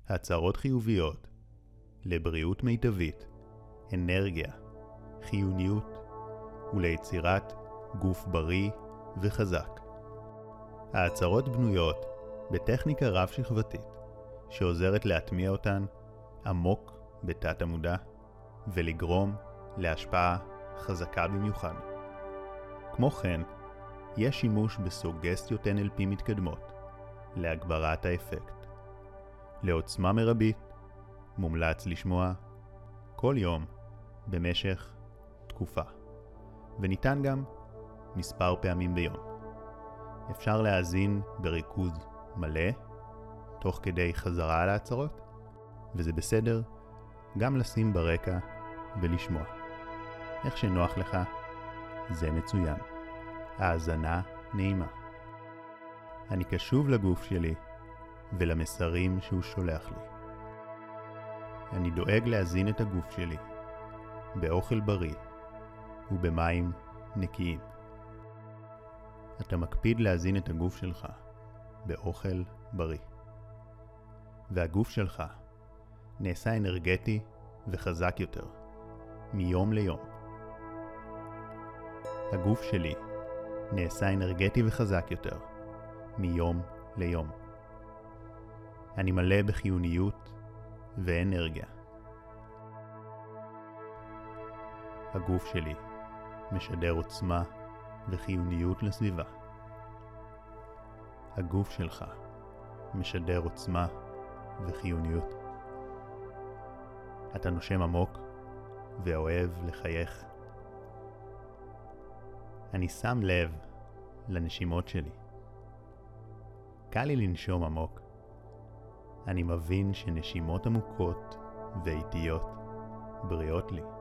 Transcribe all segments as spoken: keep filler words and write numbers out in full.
הצהרות חיוביות לבריאות מיטבית, אנרגיה, חיוניות וליצירת גוף בריא וחזק. ההצהרות בנויות בטכניקה רב שכבתית שעוזרת להטמיע אותן עמוק בתת המודע ולגרום להשפעה חזקה במיוחד. כמו כן, יש שימוש בסוגסטיות אן אל פי מתקדמות להגברת האפקט. לעוצמה מרבית מומלץ לשמוע כל יום במשך תקופה, וניתן גם מספר פעמים ביום. אפשר להאזין בריכוז מלא תוך כדי חזרה על ההצהרות, וזה בסדר גם לשים ברקע ולשמוע. איך שנוח לך, זה מצוין. האזנה נעימה. אני קשוב לגוף שלי ולמסרים שהוא שולח לי. אני דואג להזין את הגוף שלי באוכל בריא ובמים נקיים. אתה מקפיד להזין את הגוף שלך באוכל בריא. והגוף שלך נעשה אנרגטי וחזק יותר מיום ליום. הגוף שלי נעשה אנרגטי וחזק יותר מיום ליום. אני מלא בחיוניות ואנרגיה. הגוף שלי משדר עוצמה וחיוניות לסביבה. הגוף שלך משדר עוצמה וחיוניות. אתה נושם עמוק ואוהב לחייך. אני שם לב לנשימות שלי. קל לי לנשום עמוק. אני מבין שנשימות עמוקות ואיטיות בריאות לי.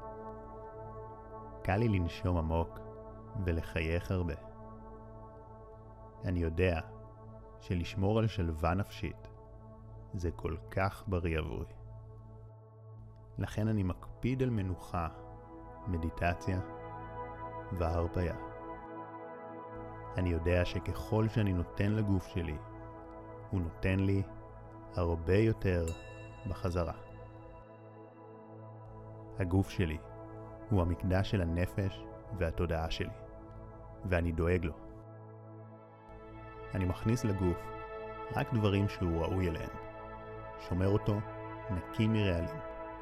קל לי לנשום עמוק ולחייך הרבה. אני יודע שלשמור על שלווה נפשית זה כל כך בריא עבורי. לכן אני מקפיד על מנוחה, מדיטציה והרפיה. אני יודע שככל שאני נותן לגוף שלי, הוא נותן לי הרבה יותר בחזרה. הגוף שלי הוא המקדש של הנפש והתודעה שלי, ואני דואג לו. אני מכניס לגוף רק דברים שהוא ראוי אליהם, שומר אותו נקי מרעלים.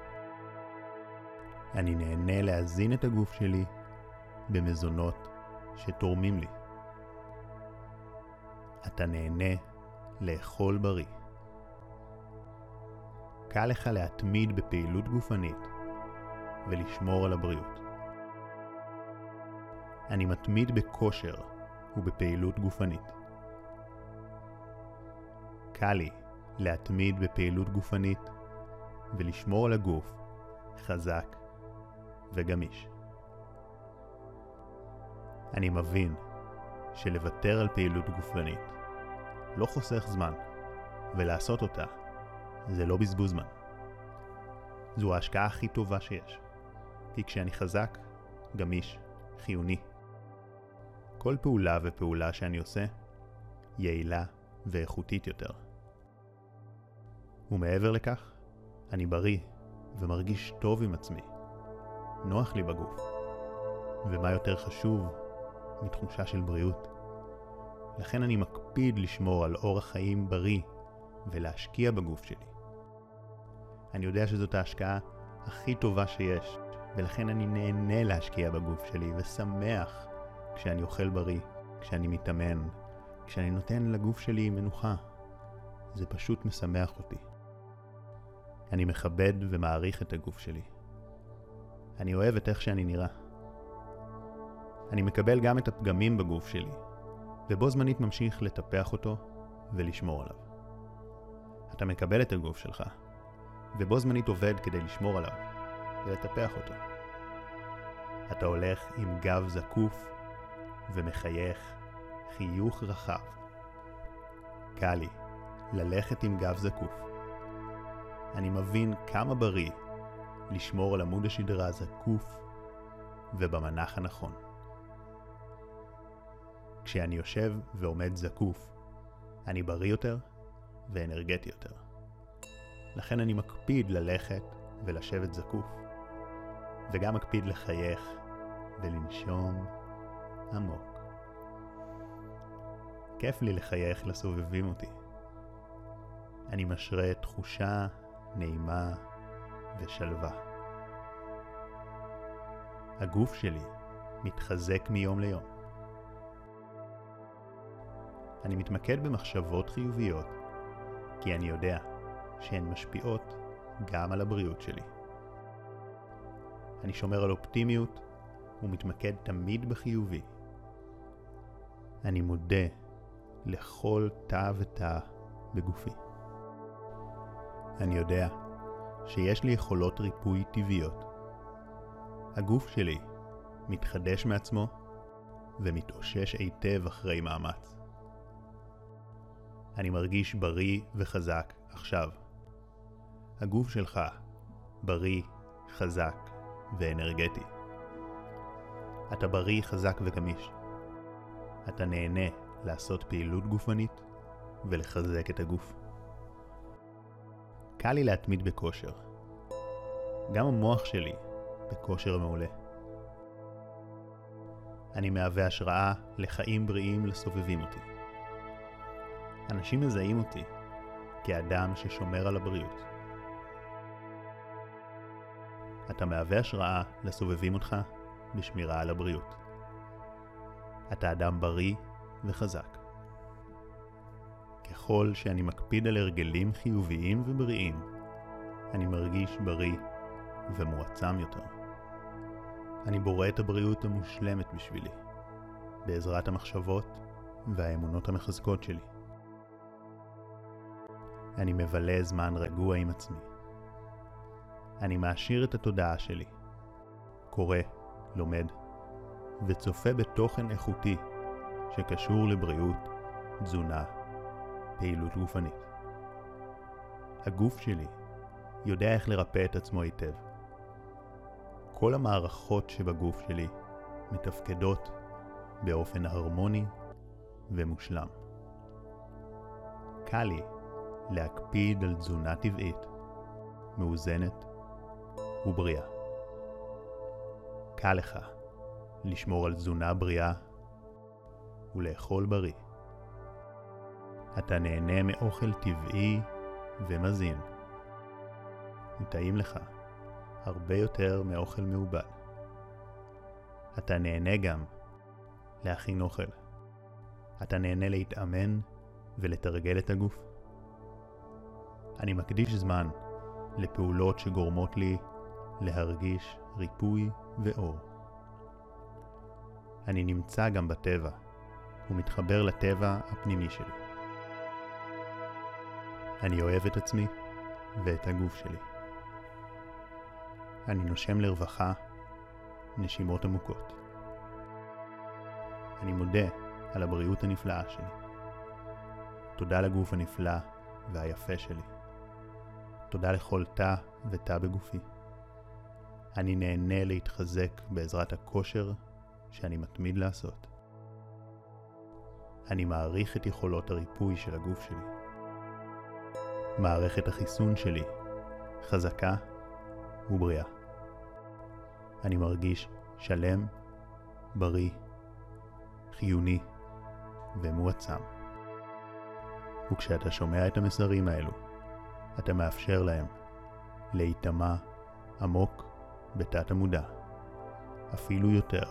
אני נהנה להזין את הגוף שלי במזונות שתורמים לי. אתה נהנה לאכול בריא. קל לך להתמיד בפעילות גופנית ולשמור על הבריאות. אני מתמיד בכושר ובפעילות גופנית. קל לי להתמיד בפעילות גופנית ולשמור על הגוף חזק וגמיש. אני מבין שלוותר על פעילות גופנית לא חוסך זמן, ולעשות אותה זה לא בזבוז זמן. זו ההשקעה הכי טובה שיש, כי כשאני חזק, גמיש, חיוני, כל פעולה ופעולה שאני עושה יעילה ואיכותית יותר. ומעבר לכך, אני בריא ומרגיש טוב עם עצמי. נוח לי בגוף. ומה יותר חשוב מתחושה של בריאות. לכן אני מקפיד לשמור על אורח חיים בריא ולהשקיע בגוף שלי. אני יודע שזאת ההשקעה הכי טובה שיש, ולכן אני נהנה להשקיע בגוף שלי ושמח כשאני אוכל בריא, כשאני מתאמן, כשאני נותן לגוף שלי מנוחה. זה פשוט משמח אותי. אני מכבד ומעריך את הגוף שלי. אני אוהב את איך שאני נראה. אני מקבל גם את הפגמים בגוף שלי, ובו זמנית ממשיך לטפח אותו ולשמור עליו. אתה מקבל את הגוף שלך, ובו זמנית עובד כדי לשמור עליו ולטפח אותו. אתה הולך עם גב זקוף ומחייך חיוך רחב. קל לי ללכת עם גב זקוף. אני מבין כמה בריא לשמור על עמוד השדרה זקוף ובמנח הנכון. כשאני יושב ועומד זקוף, אני בריא יותר ואנרגטי יותר. לכן אני מקפיד ללכת ולשבת זקוף, וגם מקפיד לחייך ולנשום עמוק. כיף לי לחייך לסובבים אותי. אני משרה תחושה נעימה ושלווה. הגוף שלי מתחזק מיום ליום. אני מתמקד במחשבות חיוביות, כי אני יודע שהן משפיעות גם על הבריאות שלי. אני שומר על אופטימיות ומתמקד תמיד בחיובי. אני מודה לכל תא ותא בגופי. אני יודע שיש לי יכולות ריפוי טבעיות. הגוף שלי מתחדש מעצמו ומתאושש היטב אחרי מאמץ. אני מרגיש בריא וחזק עכשיו. הגוף שלך בריא, חזק ואנרגטי. אתה בריא, חזק וגמיש. אתה נהנה לעשות פעילות גופנית ולחזק את הגוף. קל לי להתמיד בכושר. גם המוח שלי בכושר מעולה. אני מהווה השראה לחיים בריאים לסובבים אותי. אנשים מזהים אותי כאדם ששומר על הבריאות. אתה מהווה השראה לסובבים אותך בשמירה על הבריאות. אתה אדם בריא וחזק. ככל שאני מקפיד על הרגלים חיוביים ובריאים, אני מרגיש בריא ומועצם יותר. אני בורא את הבריאות המושלמת בשבילי, בעזרת המחשבות והאמונות המחזקות שלי. אני מבלה זמן רגוע עם עצמי. אני מעשיר את התודעה שלי, קורא, לומד, וצופה בתוכן איכותי שקשור לבריאות, תזונה, פעילות גופנית. הגוף שלי יודע איך לרפא את עצמו היטב. כל המערכות שבגוף שלי מתפקדות באופן הרמוני ומושלם. קל לי להקפיד על תזונה טבעית, מאוזנת ובריאה. קל לך לשמור על תזונה בריאה ולאכול בריא. אתה נהנה מאוכל טבעי ומזין. הוא טעים לך הרבה יותר מאוכל מעובד. אתה נהנה גם להכין אוכל. אתה נהנה להתאמן ולתרגל את הגוף. אני מקדיש זמן לפעולות שגורמות לי להרגיש ריפוי ואור. אני נמצא גם בטבע ומתחבר לטבע הפנימי שלי. אני אוהב את עצמי ואת הגוף שלי. אני נושם לרווחה, נשימות עמוקות. אני מודה על הבריאות הנפלאה שלי. תודה לגוף הנפלא והיפה שלי. תודה לכל תא ותא בגופי. אני נהנה להתחזק בעזרת הכושר שאני מתמיד לעשות. אני מעריך את יכולות הריפוי של הגוף שלי. מערכת החיסון שלי חזקה ובריאה. אני מרגיש שלם, בריא, חיוני ומועצם. וכשאתה שומע את המסרים האלו, אתה מאפשר להם להיטמע עמוק בתת המודע, אפילו יותר.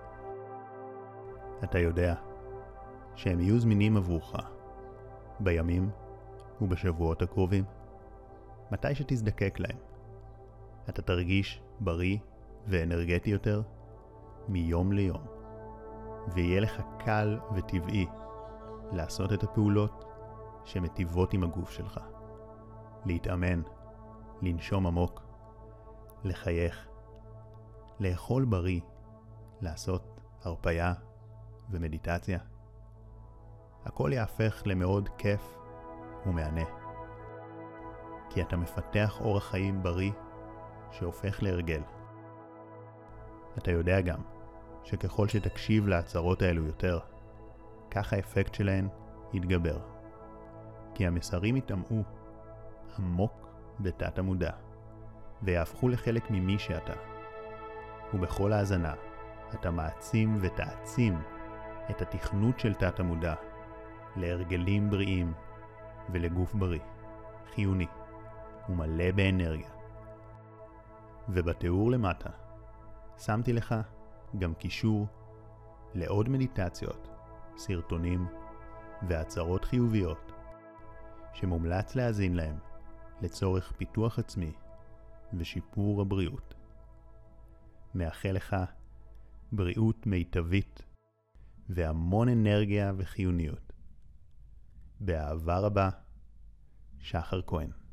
אתה יודע שהם יהיו זמינים עבורך בימים ובשבועות הקרובים, מתי שתזדקק להם. אתה תרגיש בריא ואנרגטי יותר מיום ליום, ויהיה לך קל וטבעי לעשות את הפעולות שמטיבות עם הגוף שלך. להתאמן, לנשום עמוק, לחייך, לאכול בריא, לעשות הרפיה ומדיטציה. הכל יהפך למאוד כיף ומענה. כי אתה מפתח אורח חיים בריא שהופך להרגל. אתה יודע גם שככל שתקשיב להצהרות האלו יותר, כך האפקט שלהן יתגבר. כי המסרים יטמעו עמוק בתת המודע, ויהפכו לחלק ממי שאתה. ובכל האזנה, אתה מעצים ותעצים את התכנות של תת המודע להרגלים בריאים ולגוף בריא, חיוני ומלא באנרגיה. ובתיאור למטה שמתי לך גם קישור לעוד מדיטציות, סרטונים והצהרות חיוביות שמומלץ להאזין להם לצורך פיתוח עצמי ושיפור הבריאות. מאחל לך בריאות מיטבית והמון אנרגיה וחיוניות. באהבה רבה, שחר כהן.